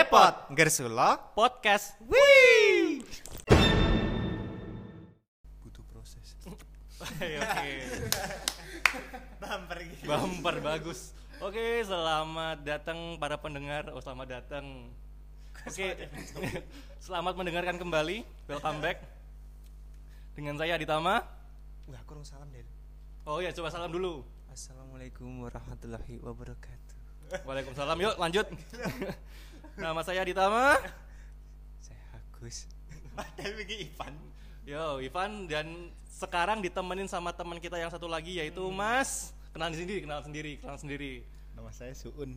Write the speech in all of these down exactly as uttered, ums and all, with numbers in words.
Ngepot Gersulok Podcast. Wih. Butuh proses. Oke, oke. Bumper gitu. Bumper bagus. Oke, selamat datang para pendengar. Oh, selamat datang. Oke. Selamat mendengarkan kembali. Welcome back. Dengan saya Aditama. Wah, kurang salam deh. Oh ya, coba salam dulu. Assalamualaikum warahmatullahi wabarakatuh. Waalaikumsalam. Yuk, lanjut. Nama saya Aditama. Saya Agus. Padahal begini Ivan. Yo, Ivan, dan sekarang ditemenin sama teman kita yang satu lagi yaitu hmm. Mas. Kenalan sendiri, kenalan sendiri, kenalan sendiri. Nama saya Suun.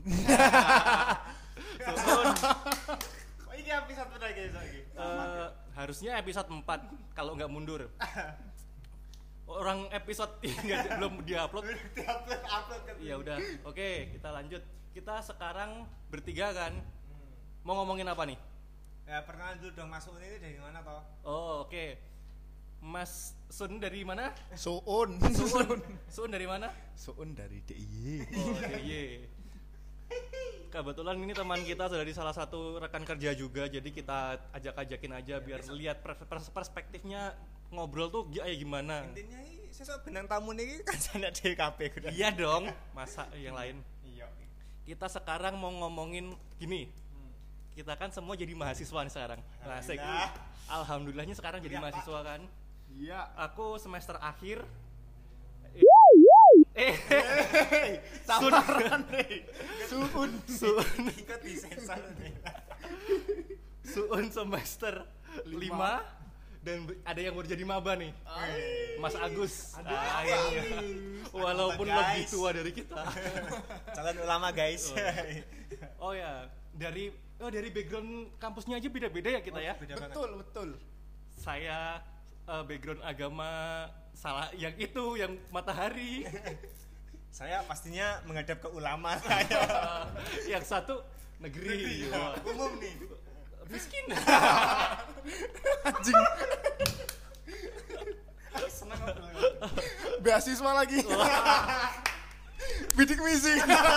Suun. Oh, ini episode lagi lagi. Uh, harusnya episode empat kalau nggak mundur. Orang episode tiga belum diupload. Diupload, upload kan. Ya udah, oke, kita lanjut. Kita sekarang bertiga kan. Hmm. Mau ngomongin apa nih? Ya, perkenalan dulu dong, Mas Sun ini dari mana toh? Oh, oke. Okay. Mas Sun dari mana? Suun. Suun. Suun dari mana? Suun dari D I Y. Oh, D I Y. Kebetulan ini teman kita sudah di salah satu rekan kerja juga, jadi kita ajak-ajakin aja biar lihat pers- perspektifnya ngobrol tuh kayak gimana. Intinya ini sesuk benang tamu nih kan sana D K P. Iya dong, masa yang lain. Iya. Kita sekarang mau ngomongin gini. Kita kan semua jadi mahasiswa nih sekarang. Asik. Alhamdulillah. Alhamdulillahnya sekarang jadi Ya, mahasiswa kan. Iya. Aku semester akhir. Eh, Samaran nih. Suun. Suun. Ikut di sensor nih. Suun semester lima dan ada yang baru jadi maba nih. Mas Agus. Ah, akhirnya. Walaupun Guys. lebih tua dari kita. Calon ulama guys. Oh ya, dari oh dari background kampusnya aja beda-beda ya kita ya. Beda banget. Betul, betul. Saya uh, background agama salah yang itu yang matahari. Saya pastinya menghadap ke ulama. Uh, yang satu negeri. Wah. Umum nih. Miskin. Anjing. Senang aku. Beasiswa lagi. Bidik misi.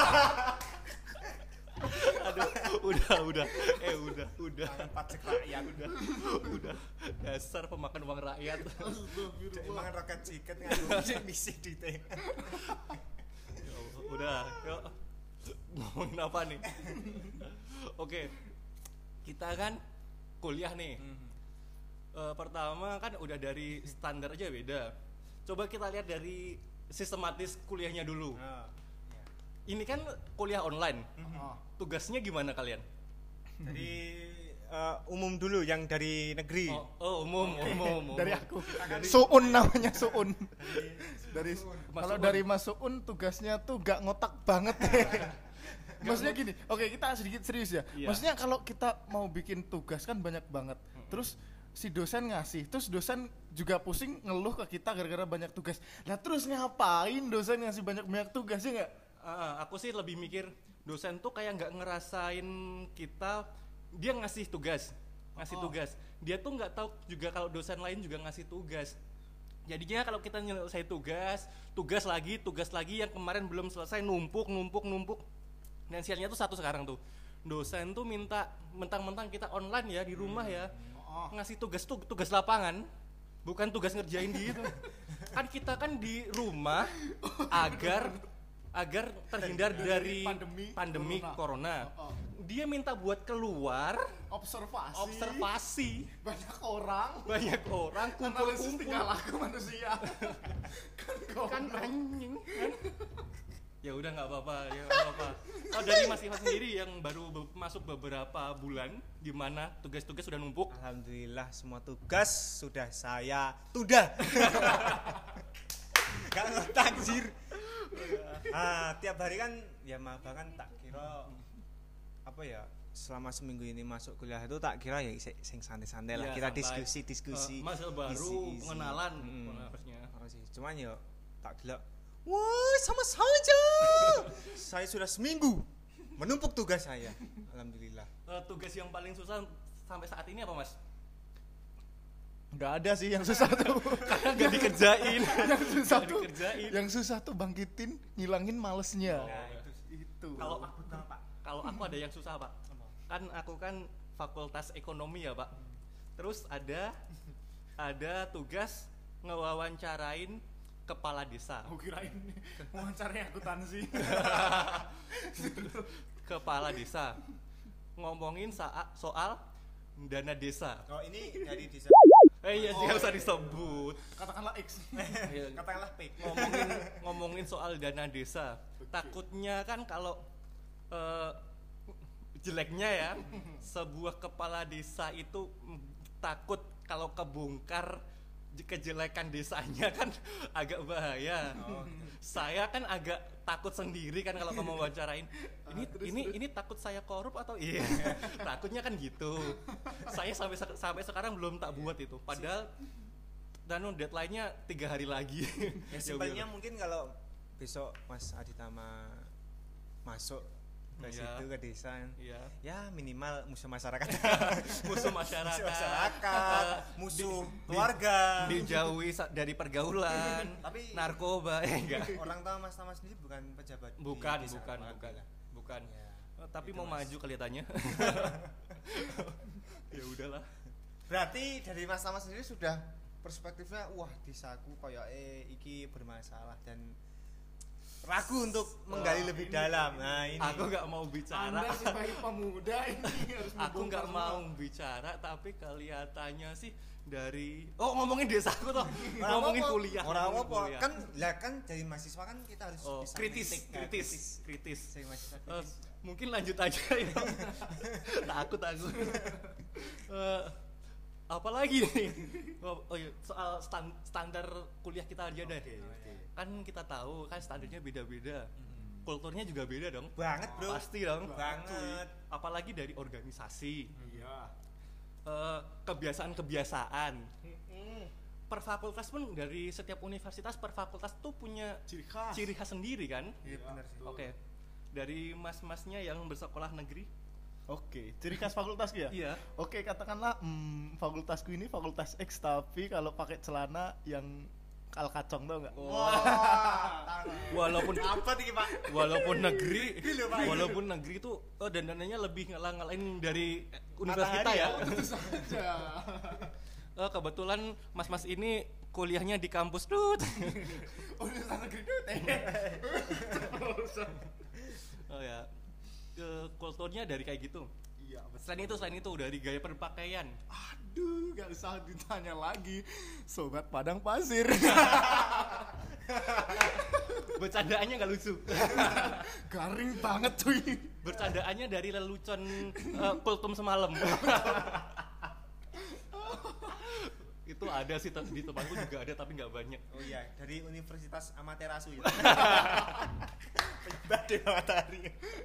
Aduh, udah, udah, eh udah, udah, Pajak rakyat. udah, udah, dasar pemakan uang rakyat. Emang roket chicken ngadu misi di teh. Ya Allah, udah, yuk ngomongin apa nih? Oke, kita kan kuliah nih. Uh, pertama kan udah dari standar aja beda. Coba kita lihat dari sistematis kuliahnya dulu. Ini kan kuliah online. Tugasnya gimana kalian? Dari uh, umum dulu yang dari negeri. Oh, oh umum, umum, umum. Dari aku. Suun namanya Suun. Dari Mas kalau Suun. dari Mas Suun tugasnya tuh gak ngotak banget. Maksudnya gini, oke kita sedikit serius ya. Iya. Maksudnya kalau kita mau bikin tugas kan banyak banget. Terus si dosen ngasih, terus dosen juga pusing ngeluh ke kita gara-gara banyak tugas. Lah terus ngapain dosen ngasih banyak-banyak tugas ya nggak? Uh, aku sih lebih mikir dosen tuh kayak nggak ngerasain kita, dia ngasih tugas, ngasih Oh. tugas. Dia tuh nggak tahu juga kalau dosen lain juga ngasih tugas. Jadinya kalau kita nyelesai tugas, tugas lagi, tugas lagi yang kemarin belum selesai numpuk, numpuk, numpuk. Dan sialnya tuh satu sekarang tuh, dosen tuh minta mentang-mentang kita online ya di rumah ya, Oh. ngasih tugas tuh tugas lapangan, bukan tugas ngerjain di itu. Kan kita kan di rumah agar agar terhindar dari pandemi pandemi corona. Oh, oh. Dia minta buat keluar Observasi. observasi Banyak orang. banyak orang Analisis kumpul-kumpul. tingkah laku manusia. kan Kan goblok. anjing kan. Ya udah nggak apa-apa, ya nggak apa-apa. Oh, dari Mas Ivan sendiri yang baru be- masuk beberapa bulan, gimana tugas-tugas sudah numpuk? Alhamdulillah semua tugas sudah saya tudah. Gak ngotak jir. Ah, tiap hari kan ya maba kan tak kira apa ya selama seminggu ini masuk kuliah itu tak kira ya se- sing santai-santai lah, Iya, kita santai. diskusi-diskusi. Eh, Mas baru isi-isi. pengenalan Mm-mm. harusnya. Oh, sih. Cuman ya tak gila. Wah, sama saja. Saya sudah seminggu menumpuk tugas saya. Alhamdulillah. Eh, tugas yang paling susah sampai saat ini apa, Mas? Nggak ada sih yang susah tuh. Karena nggak dikerjain. yang susah Nggak tuh dikerjain. yang susah tuh bangkitin ngilangin malesnya. Oh, itu Oh, Kalau aku kalau aku ada yang susah, Pak. kan aku kan fakultas ekonomi ya Pak. Terus ada ada tugas ngewawancarain kepala desa. Aku kirain wawancaranya akuntansi. Kepala desa ngomongin saat soal dana desa. Oh, ini dari desa. Eh iya sih, Oh, nggak usah iya. disebut. Katakanlah X. Iya, Katakanlah P. ngomongin ngomongin soal dana desa. Takutnya kan kalau eh, jeleknya ya, sebuah kepala desa itu mm, takut kalau kebongkar j- kejelekan desanya kan agak bahaya. Oh, Saya kan agak takut sendiri kan kalau kamu wawancarain. Ini ini ini takut saya korup atau iya? Takutnya kan gitu. Saya sampai sek- sampai sekarang belum tak buat itu. Padahal dan deadline-nya tiga hari lagi. ya Ya, simpelnya biar- mungkin kalau besok Mas Aditama masuk ke Iya. situ ke desa, Iya. ya minimal musuh masyarakat, Musuh masyarakat, musuh masyarakat, eh, musuh di- keluarga. dijauhi sa- dari pergaulan, Tapi- narkoba, ya enggak? Orang tua Mas Tama sendiri bukan pejabat di Bukan, desa, bukan, bukan, Alhamdulillah. bukan. Ya, Eh, tapi itu, mau Mas. maju kelihatannya. Ya udahlah. Berarti dari Mas Tama sendiri sudah perspektifnya, wah desaku kayak eh iki bermasalah dan ragu untuk menggali Oh, lebih ini, dalam. ini. Nah ini. Aku nggak mau bicara. Anda sebagai pemuda ini harus Aku membongkar nggak semua. mau bicara, tapi kelihatannya sih dari oh ngomongin desaku toh, Orang ngomongin apa? kuliah, Orang ngomongin apa? kuliah. Kan lah kan dari mahasiswa kan kita harus Oh, bisa kritis, menitik, ya, kritis, kritis. Dari mahasiswa Eh, kritis. mungkin lanjut aja ya. takut takut. Eh, apa lagi nih? Oh, oh iya, soal stan- standar kuliah kita aja deh. oke. Kan kita tahu kan standarnya beda-beda. Kulturnya juga beda dong. Banget bro. Pasti dong. Banget. Apalagi dari organisasi, Iya. eh, kebiasaan-kebiasaan. Per fakultas pun dari setiap universitas per fakultas tuh punya Ciri khas. ciri khas sendiri kan. Iya benar sih. Oke. Dari mas-masnya yang bersekolah negeri. Oke, ciri khas fakultasku ya? Iya. Oke, katakanlah hmm, fakultasku ini fakultas X, tapi kalau pakai celana yang kal kacong tau nggak? Wah. Walaupun Apa nih Pak? walaupun negeri, Gila, Pak. walaupun negeri itu oh, dandanannya lebih ngalah-ngalahin dari universitas kita Matahari ya. ya? Tentu saja. Eh, kebetulan mas-mas ini kuliahnya di kampus Dut. Universitas negeri Dut. Oh ya. Eh, kulturnya dari kayak gitu. Iya, betul. Selain itu, selain itu dari gaya berpakaian. Aduh, gak usah ditanya lagi. Sobat Padang Pasir. Bercandaannya nggak lucu. Garing banget cuy. Bercandaannya dari lelucon eh, kultum semalam. Itu ada sih te- di tempatku juga ada tapi nggak banyak. Oh iya, dari Universitas Amaterasu ya. Penyebar di matahari.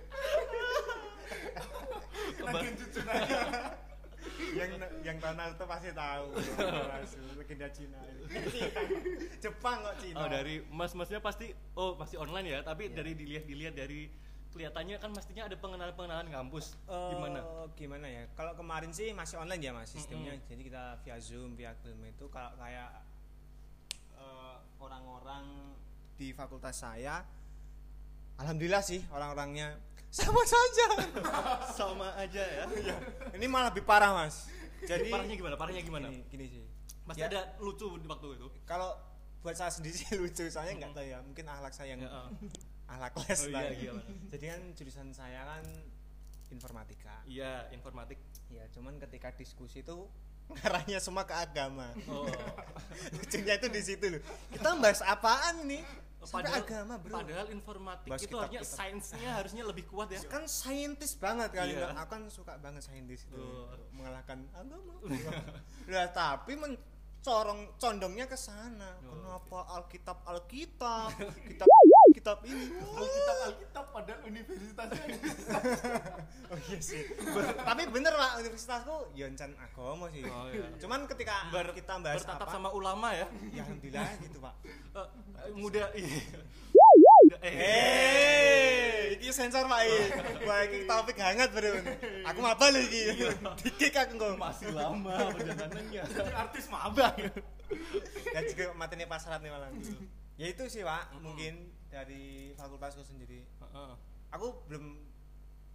Keba- yang yang tanah itu pasti tahu. Amaterasu, legenda Cina. Jepang kok Cina. Oh dari mas-masnya pasti oh pasti online ya tapi Iya. dari dilihat-dilihat dari kelihatannya kan mestinya ada pengenalan-pengenalan kampus. Eh, Gimana? gimana ya? Kalau kemarin sih masih online ya Mas sistemnya. Mm-mm. Jadi kita via Zoom, via Zoom itu kalau kayak eh, orang-orang di fakultas saya, alhamdulillah sih orang-orangnya sama saja. Sama aja ya. Ini malah lebih parah Mas. Jadi Parahnya gimana? Parahnya gimana? Gini, gini sih. Pasti Ya, ada lucu di waktu itu. kalau buat saya sendiri sih lucu, soalnya nggak tahu ya. Mungkin akhlak saya yang Ya, eh. akhlak les Oh, lah. iya, iya. Jadi kan jurusan saya kan informatika. Iya, informatik. Ya, cuman ketika diskusi itu ngarahnya semua ke agama. Oh. Lucunya itu di situ loh. Kita bahas apaan nih? Sampai Padahal, agama, Bro. padahal informatik Bahas itu kitab- harusnya kitab. sainsnya harusnya lebih kuat ya. Kan saintis banget kan. Iya. Aku kan suka banget saintis itu. Oh. Mengalahkan agama. Lah tapi men corong condongnya ke sana. Oh. Kenapa Alkitab Alkitab? Kitab kitab ini. Alkitab Alkitab pada universitasnya. Oh iya sih. Tapi bener Pak, universitasku ya encen agama sih. Oh, iya. Cuman ketika Ber- kita bahas bertatap apa, sama ulama ya. ya alhamdulillah gitu Pak. Eh, muda iya. Eh, Eh, ini sensor Pak. Wah, ini topik hangat bro. Aku maba lho iki. Dikik aku nggo. masih lama perjalanannya. Artis maba. Ya juga materi pasaran nih malah. Ya itu sih Pak, mungkin dari fakultasku sendiri. Heeh. Aku belum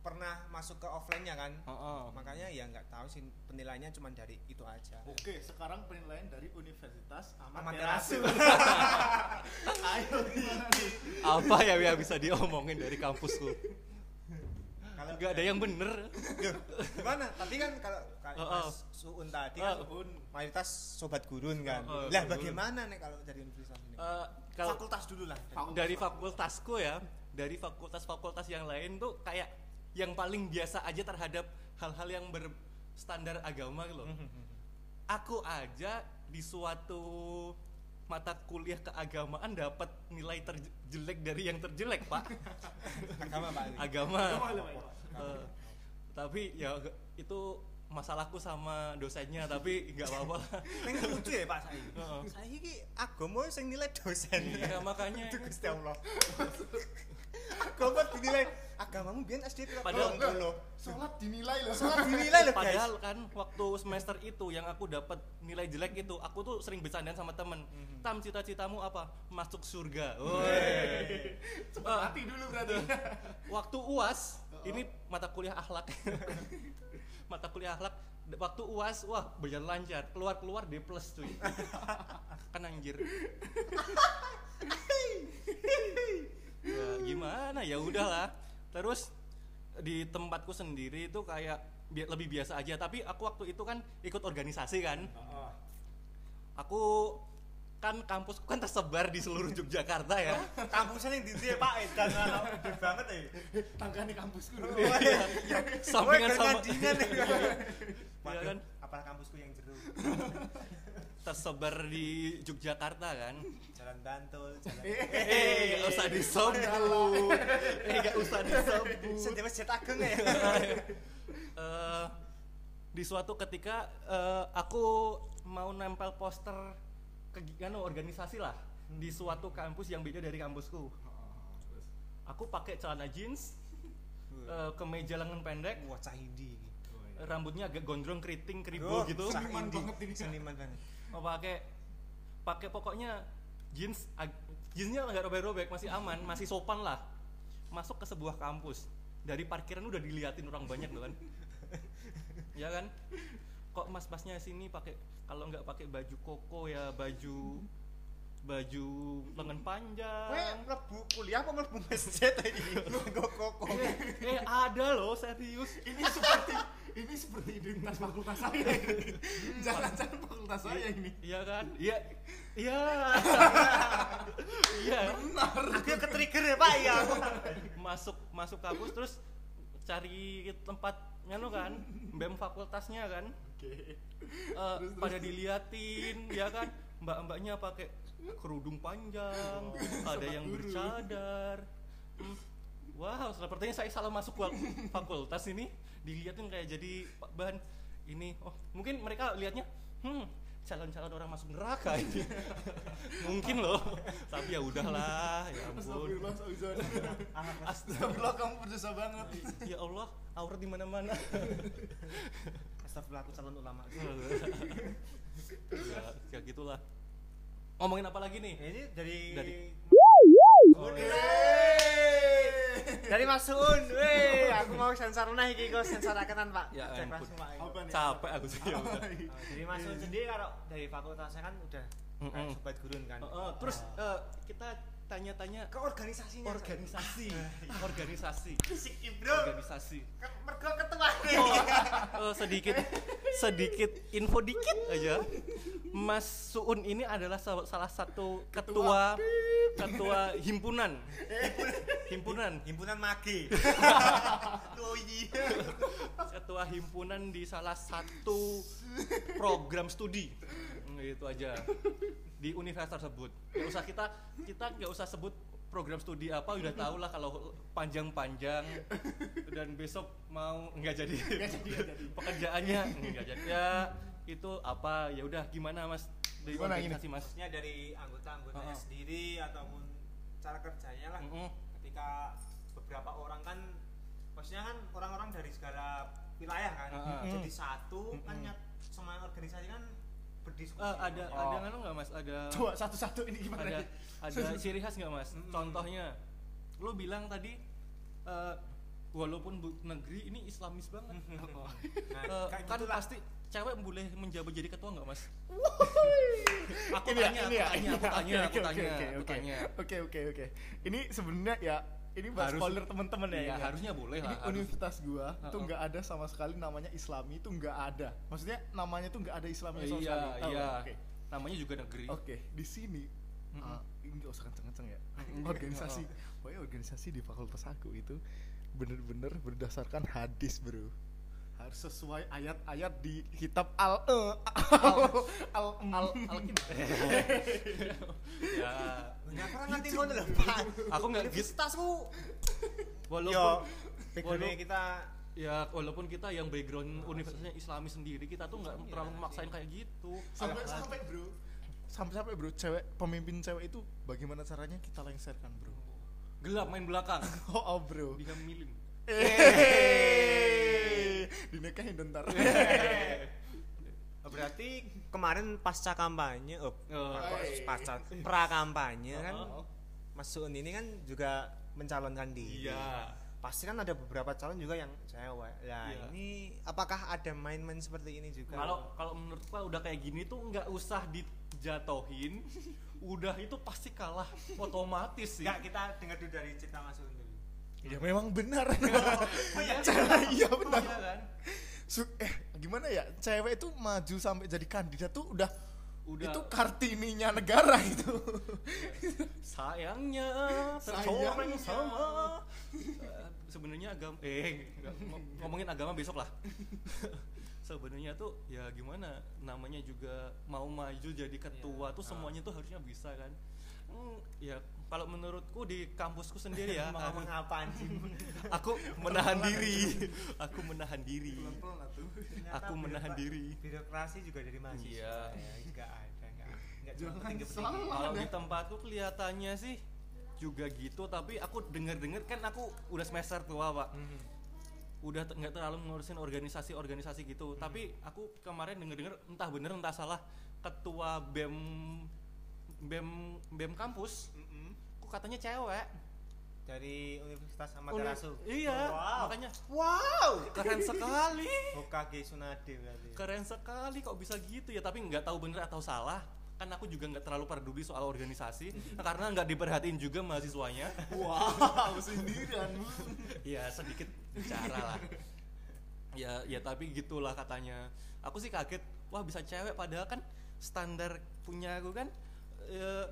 pernah masuk ke offline-nya kan. Heeh. Makanya ya nggak tahu sih penilaiannya cuma dari itu aja. Oke, sekarang penilaian dari Universitas Amaterasu. Amaterasu. Ayo gimana nih? Apa ya yang bisa diomongin dari kampusku? Kalau Gak ada yang bener. Yo, gimana? Tapi kan kalau kayak Oh, oh. Mas Suun tadi kan Oh. Suun mayoritas sobat gurun kan. Oh, oh, Lah sobat bagaimana nih kalau dari universitas ini? Eh, kalau Fakultas dulu lah. dari fakultasku ya, dari fakultas-fakultas yang lain tuh kayak yang paling biasa aja terhadap hal-hal yang berstandar agama gitu loh. Aku aja di suatu mata kuliah keagamaan dapat nilai terjelek dari yang terjelek, Pak. Agama Pak. ini. Agama. Agama, Pak. Eh, tapi ya itu masalahku sama dosennya, tapi nggak apa-apa lah. Neng lucu ya Pak saya. Heeh. Saya iki agama sing nilai dosen. Ya makanya Itu Gusti Allah. Agama dinilai agamamu biyen S D piro? Padahal Enggak loh. Sholat dinilai loh. Salah dinilai loh guys. padahal kan waktu semester itu yang aku dapat nilai jelek itu, aku tuh sering bercandaan sama temen. Tam, cita-citamu apa? Masuk surga. Woi. Cepat mati dulu berarti. Waktu U A S, ini mata kuliah akhlak. Mata kuliah akhlak waktu U A S, wah berjalan lancar, keluar-keluar D plus cuy. Kan anjir. Ya gimana, ya udahlah. Terus di tempatku sendiri itu kayak bi- lebih biasa aja, tapi aku waktu itu kan ikut organisasi kan. Aku kan kampusku kan tersebar di seluruh Yogyakarta ya. Kampusnya yang di dia Pak Edan anak gede banget ya. Tangkane kampusku dulu. Ya, sampingan sama Gandingan ya. Iya Waduh, kan? apa kampusku yang jeruk? tersebar di Yogyakarta kan. Jalan Bantul, jalan Eh, gak usah disebut. Eh, gak usah disebut. Sedih Masjid Agung ya. Eh, di suatu ketika eh, aku mau nempel poster ke anu, organisasi lah di suatu kampus yang beda dari kampusku. Aku pakai celana jeans, eh, kemeja lengan pendek, Wah, Cahidi. rambutnya agak gondrong keriting keribu Oh, gitu. Seniman Cahidi. banget ini. Seniman banget. Mau pakai pakai pokoknya jeans ag- jeansnya nggak robek-robek, masih aman, masih sopan lah. Masuk ke sebuah kampus, dari parkiran udah diliatin orang banyak loh kan. Ya kan? Kok mas-masnya sini pakai, kalau nggak pakai baju koko ya baju baju lengan Kowe panjang. mlebu kuliah apa mlebu masjid iki? Nggo koko. Eh ada loh, serius. Ini seperti ini seperti identitas fakultas saya. Jangan-jangan fakultas saya ini. Iya kan? Iya. Iya. Iya. Aku yang ke-trigger ya, Pak ya. Masuk masuk kampus terus cari tempat nganu kan, B E M fakultasnya kan. Oke. Eh, pada diliatin ya kan, mbak-mbaknya pakai kerudung panjang, ada yang bercadar. Hmm. Wow, sepertinya saya salah masuk fak- fakultas ini. Dilihatin kayak jadi bahan ini. Oh, mungkin mereka lihatnya, hmm, calon-calon orang masuk neraka ini. Mungkin loh. Tapi ya udahlah, ya ampun. Astagfirullah, astagfirullah. Astagfirullah. Astagfirullah, kamu berdosa banget. Ya Allah, aurat di mana-mana. Astagfirullah, aku calon ulama. Ya, kayak gitulah. Ngomongin apa lagi nih? Ini dari Dari Oh, dari Mas Suun, weh, aku mau sensor nah iki kok sensor akenan Pak. Ya Cek ampun. langsung Pak. Apa nih? Capek aku sih. Ya udah. Oh, jadi Mas Suun sendiri kalau dari fakultasnya kan udah kayak Mm-mm. sobat gurun kan. Oh, oh, terus eh, kita tanya-tanya Ke organisasinya. organisasi, organisasi, Fisik Bro. organisasi. Ke- Mergo ketua. Oh, sedikit, sedikit info dikit aja. Mas Suun ini adalah sa- salah satu ketua, ketua himpunan, himpunan, Himpunan Mage. Oh iya. ketua himpunan di salah satu program studi. Hmm, Itu aja di universitas tersebut. Gak usah kita kita nggak usah sebut program studi apa, udah tau lah kalau panjang-panjang dan besok mau nggak jadi, pekerjaannya nggak jadi ya itu apa, ya udah gimana Mas dari Gimana organisasi Mas? Maksudnya dari anggota-anggotanya Oh. sendiri ataupun cara kerjanya lah. Mm-mm. Ketika beberapa orang kan, maksudnya kan orang-orang dari segala wilayah kan, Mm-mm. jadi satu kan Mm-mm. nyat sama organisasi kan berdiskusi. Eh, ada Oh. ada nggak nggak Mas, ada Coba satu-satu ini gimana? ada ada ciri khas nggak Mas? Mm-mm. Contohnya, lu bilang tadi eh, walaupun bu- negeri ini islamis banget. Nah, Eh, kayak kan gitulah. pasti cewek boleh menjabat jadi ketua nggak mas? Aku Ini ya, tanya, ini ya, aku tanya, ini aku ya. tanya, Oke, aku oke, tanya, oke, aku oke. tanya. Oke oke oke. Ini sebenarnya ya ini buat Harus- spoiler teman-teman ya. Iya, ini ya. harusnya boleh Ini lah. harus. universitas gua tuh Uh-uh. nggak ada sama sekali namanya Islami, itu nggak ada. Maksudnya namanya tuh nggak ada Islamnya sama Iya, sekali. Tahu iya. nggak? Oke. Namanya juga negeri. Oke, di sini Mm-mm. uh, ini nggak usah kenceng-kenceng ya. Mm-mm. Organisasi, pokoknya organisasi di fakultas aku itu bener-bener berdasarkan hadis, bro. Harus sesuai ayat-ayat di kitab al eh, al al Al Alkitab. Ya, Banyak orang nanti ngono lho, Pak. aku nggak gitu. Universitasku. Walaupun Yo, background walau- kita ya walaupun kita yang background universitasnya Islami sendiri, kita tuh nggak terlalu memaksain kayak gitu. sampai Alah, sampai bro sampai sampai bro cewek pemimpin cewek itu bagaimana caranya kita lengserkan bro. gelap main belakang. Oh, oh bro. Dia milih. Eh, dinikahin bentar. berarti kemarin pasca kampanye, oh, Oh. kok pasca pra kampanye kan Oh. Mas Suun ini kan juga mencalonkan diri. Iya. Pasti kan ada beberapa calon juga yang cewek. Nah, Iya. ini apakah ada main-main seperti ini juga? Kalau kalau menurut gua udah kayak gini tuh nggak usah dijatohin. Udah itu pasti kalah otomatis sih. enggak, kita dengar dulu dari cerita Mas Suun dulu. Ya memang benar. Oh, iya. Iya benar. Iya kan? Su- eh gimana ya, cewek itu maju sampai jadi kandidat tuh udah Udah. itu Kartininya negara itu. Sayangnya tercoreng Sayangnya. sama Eh, sebenarnya agama eh nggak, ngom- ngomongin agama besok lah. Sebenarnya tuh ya gimana, namanya juga mau maju jadi ketua tuh semuanya tuh harusnya bisa kan. Hmm, ya kalau menurutku di kampusku sendiri ya Mau ngomong apa anjing? aku menahan diri. Aku menahan diri. Pelan-pelan tuh. Aku menahan diri. Birokrasi juga dari mahasiswa. Iya. Ya, enggak ada, enggak. Enggak cuma Jangan penting salah. Kalau ada. di tempatku kelihatannya sih juga gitu, tapi aku denger-denger kan aku udah semester tua pak, udah t- nggak terlalu ngurusin organisasi-organisasi gitu. Tapi aku kemarin denger-denger entah bener entah salah, ketua bem bem bem kampus, kok katanya cewek. dari Universitas Uni- Amaterasu. iya, Wow. makanya Wow. keren sekali. Hokage Tsunade berarti. Keren sekali kok bisa gitu ya, tapi nggak tahu bener atau salah. Kan aku juga nggak terlalu peduli soal organisasi karena nggak diperhatiin juga mahasiswanya. Wow, sendirian. Ya sedikit bicara lah. Ya ya tapi gitulah katanya. Aku sih kaget, wah bisa cewek padahal kan standar punya aku kan eh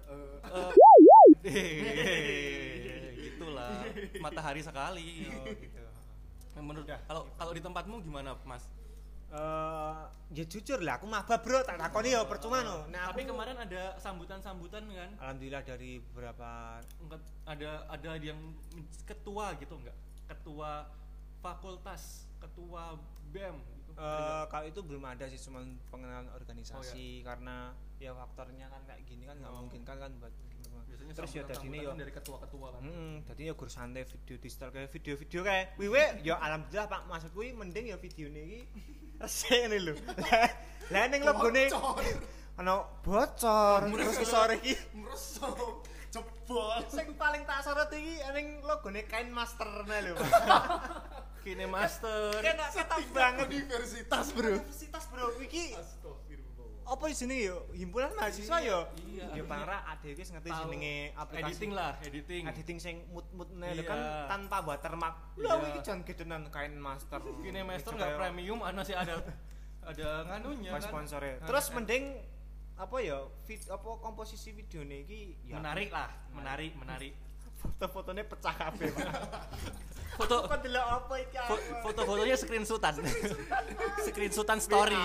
eh, gitulah, matahari sekali. Oh, gitu. Menurut Udah. kalau kalau di tempatmu gimana, Mas? Eh, ya jujur lah, aku maba bro, tak takoni ya percuma no. Nah, Tapi aku- kemarin ada sambutan-sambutan kan? alhamdulillah dari beberapa Enggak, ada ada yang ketua gitu enggak? Ketua fakultas, ketua B E M gitu. Ada Eh, nggak? kalau itu belum ada sih, cuman pengenalan organisasi karena ya faktornya kan kayak gini kan nggak Oh. memungkinkan kan buat Biasanya terus ya sambutan- tadi ini sambutan yo kan dari ketua-ketua kan. hmm, tadi ya gur santai video digital kayak video-video kayak wiwe ya alhamdulillah Pak maksud kuwi mending ya video iki resik ngene lho. Lah ning logone ana bocor terus isor iki Meresap, jebol. sing paling tak sorot iki ning logone kain masternya lho. Kine master. Kena ketok banget Universitas, bro. universitas bro iki Astagfirullah. apa jenenge yo himpunan mahasiswa yo Iya, ya para adewe wis ngerti Tahu. jenenge aplikasi Editing lah, editing. editing sing mut-mutne Iya. kan tanpa watermark lho Iya. iki jan gedenan kain master Kine master Iki enggak kayak premium, ana sih ada ada nganunya pas kan. sponsore Nah, terus kan. mending apa ya vid, apa komposisi videone iki ya menarik lah, menarik, menarik. foto-fotonya pecah kabeh Pak. Foto kok delok apa iki fo- foto-fotonya screenshotan. Screenshotan story.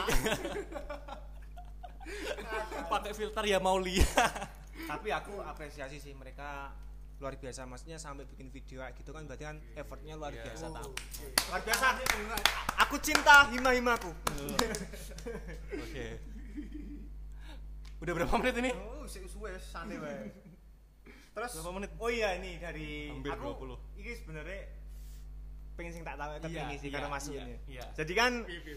Pakai filter ya mau lihat. tapi aku apresiasi sih mereka luar biasa, maksudnya sampai bikin video kayak gitu kan berarti kan effortnya luar Iya. biasa tau luar biasa aku cinta hima-himaku Oke. Udah berapa menit ini? oh suwe santai wae terus Berapa menit? oh iya ini dari Hampir aku dua puluh. ini sebenarnya pengen sing tak tahu Iya, kepingin sih iya, karena Mas iya, Un ya. iya. Jadi kan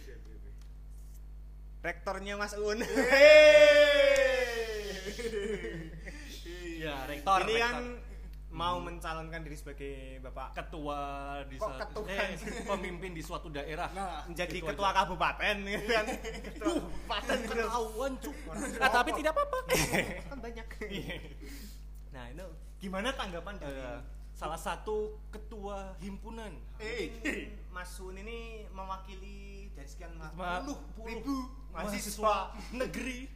rektornya Mas Un. Iya, rektor. ini rektor. kan mau mencalonkan diri sebagai bapak ketua di Kok sa- ketua? eh, pemimpin di suatu daerah. Nah, menjadi Gitu ketua aja. kabupaten gitu kan. Ketua kabupaten terus. Ketahuan cuk. Nah, tapi tidak apa-apa. Kan banyak. Nah, itu gimana tanggapan dari Eh, salah satu ketua himpunan. mungkin Mas Sun ini mewakili dari sekian ma- Ma- puluh puluh ribu mahasiswa mahasiswa negeri.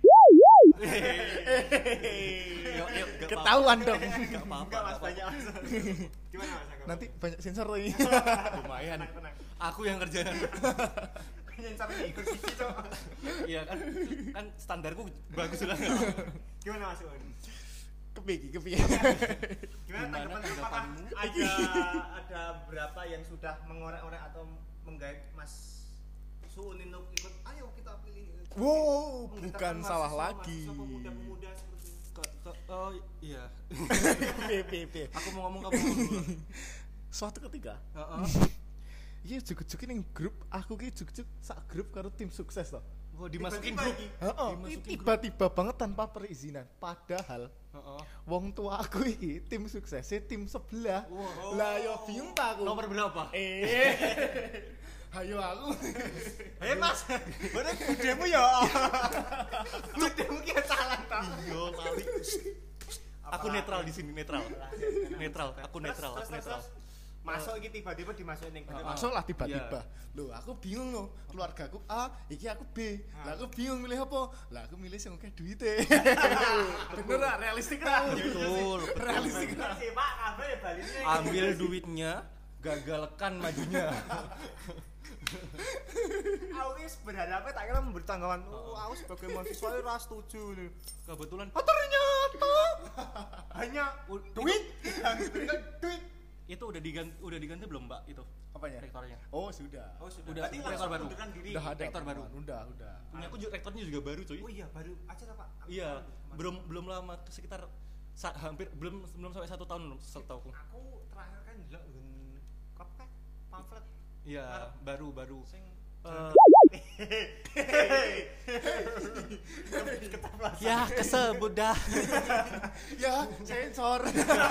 Yuk, yuk, gak Ketahuan apa-apa. dong. Gak apa-apa. Enggak Mas gak banyak Mas. Gimana Mas? tanggapan? Nanti banyak sensor lagi. apa-apa. Lumayan. Tenang, tenang. Aku yang kerjaan. Nyensor nih kursi Cok. Iya kan, kan standarku bagus lah. Gimana Mas Un? Kepiki, kepiki. Gimana Gimana tanggapan apakah tanggapanmu? ada ada berapa yang sudah mengorek-orek atau menggait Mas Suun untuk ikut ayo kita pilih Wow, menggetarkan bukan mahasiswa- salah lagi. mahasiswa pemuda-pemuda seperti itu. Ke, ke, oh iya. P P P. Aku mau ngomong kamu dulu. Suatu ketika, Heeh. iya juk-juk ning grup, aku ki juk-juk sak grup karo tim sukses toh. Wah, dimasukin Tiba-tiba grup. lagi. Heeh, Dimasukin grup. tiba-tiba banget tanpa perizinan. Padahal Heeh. wong tua aku iki tim suksesnya tim sebelah. Wow. Lah yo bingung ta aku. Nomor berapa? Eh. Ayo aku. Eh Mas, bener budemu ya. Budemu ki salah ta. Iya kali. Aku netral di sini, netral. Netral, aku netral, aku netral. Masuk iki tiba-tiba dimasukin ning grup. Ah. Masuk lah tiba-tiba. Loh, aku bingung loh. Keluargaku A, iki aku B. Lah aku bingung milih apa? Lah aku milih sing akeh duite. Bener lah, realistik lah. Betul, betul. Realistik lah. Si Pak kabeh baline. Ambil duitnya, gagalkan majunya. Aku wis berharapnya tak kira memberi tanggapan. Oh, aku sebagai mahasiswa ora setuju nih. Kebetulan Oh, ternyata hanya duit. Berikan duit. itu udah diganti, udah diganti belum Mbak itu Apanya? rektornya? Oh, sudah. Oh, sudah. Udah, Berarti rektor langsung baru. mundurkan diri. Udah ada rektor baru. Udah, udah. Punya aku juga rektornya juga baru coy. Oh iya, baru acara Pak. Aku Iya, tahu. belum belum lama sekitar sa- hampir belum belum sampai satu tahun setahu aku. Aku terakhir kan ndelok nggon kop kan pamflet Iya, baru baru. sing Eh, ketaplas. ya kesebut dah. Ya, sensor.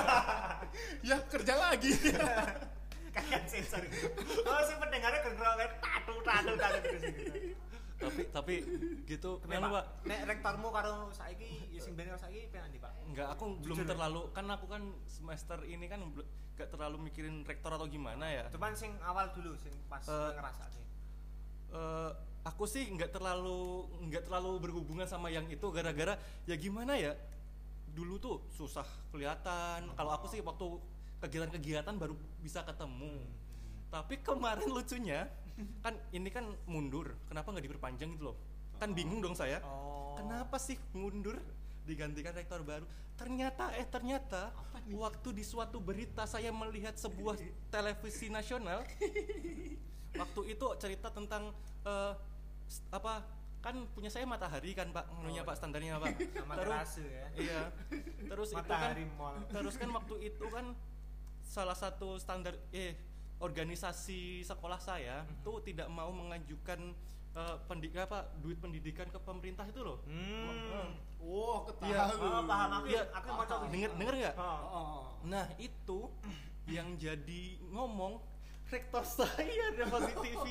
Ya, kerja lagi. Kayak sensor. Oh, si pendengarnya kegerak tatu tatu tatu terus gitu. tapi tapi gitu. Kenapa, Kenapa, Pak? Nek rektormu karo saiki ya sing ben karo saiki pengen ndi, Pak? Enggak, aku belum Jujur. terlalu kan aku kan semester ini kan belum gak terlalu mikirin rektor atau gimana ya. Cuman sing awal dulu sing pas Eh, ngerasake. Eh, aku sih nggak terlalu nggak terlalu berhubungan sama yang itu gara-gara ya gimana ya dulu tuh susah kelihatan. Kalau aku sih waktu kegiatan-kegiatan baru bisa ketemu. Tapi kemarin lucunya kan ini kan mundur, kenapa nggak diperpanjang gitu loh? Kan bingung dong saya. Oh. Kenapa sih mundur digantikan rektor baru? Ternyata eh ternyata waktu di suatu berita saya melihat sebuah televisi nasional. Waktu itu cerita tentang eh, s- apa kan punya saya Matahari kan Pak, menunya Oh, Pak standarnya Pak. Sama Terus terase ya. iya. Terus itu kan Matahari Mall. terus kan waktu itu kan salah satu standar eh organisasi sekolah saya tuh tidak mau mengajukan eh, pendidikan apa duit pendidikan ke pemerintah itu loh. Hmm. Oh, Iya. ketahuan. Oh, paham aku. Iya. Aku mau coba. Denger denger nggak? Oh. Oh. Nah itu yang jadi ngomong rektor saya dapat di T V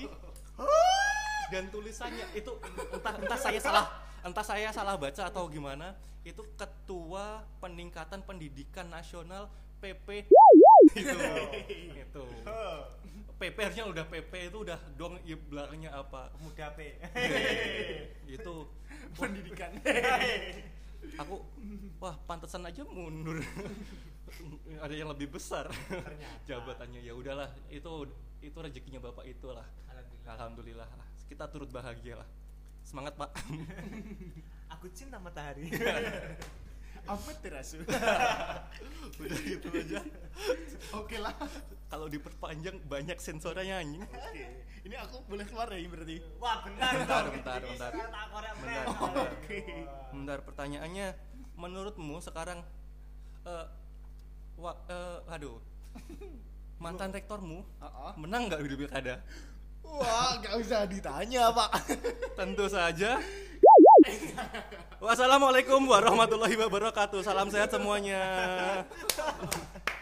dan tulisannya itu entah entah saya salah entah saya salah baca atau gimana itu ketua peningkatan pendidikan nasional P P itu itu P P harusnya udah P P itu udah dong ya belakangnya apa Pemuda P. itu Pendidikan. aku wah pantesan aja mundur ada yang lebih besar Ternyata. jabatannya ya udahlah itu itu rezekinya bapak itulah Alhamdulillah. alhamdulillah lah kita turut bahagia lah semangat pak. Aku cinta matahari. Apa terasu? Udah gitu aja Oke lah. kalau diperpanjang banyak sensornya anjing. Oke. Ini aku boleh keluar ya berarti. Wah, bentar. Bentar, dong. bentar, Jadi bentar. sekarang tak korek meneh. Bentar, bentar. Oke. Bentar pertanyaannya menurutmu sekarang eh wa, eh, aduh mantan rektormu Heeh. menang nggak di pilkada? Wah, nggak usah ditanya, Pak. Tentu saja. Wassalamualaikum warahmatullahi wabarakatuh. Salam sehat semuanya.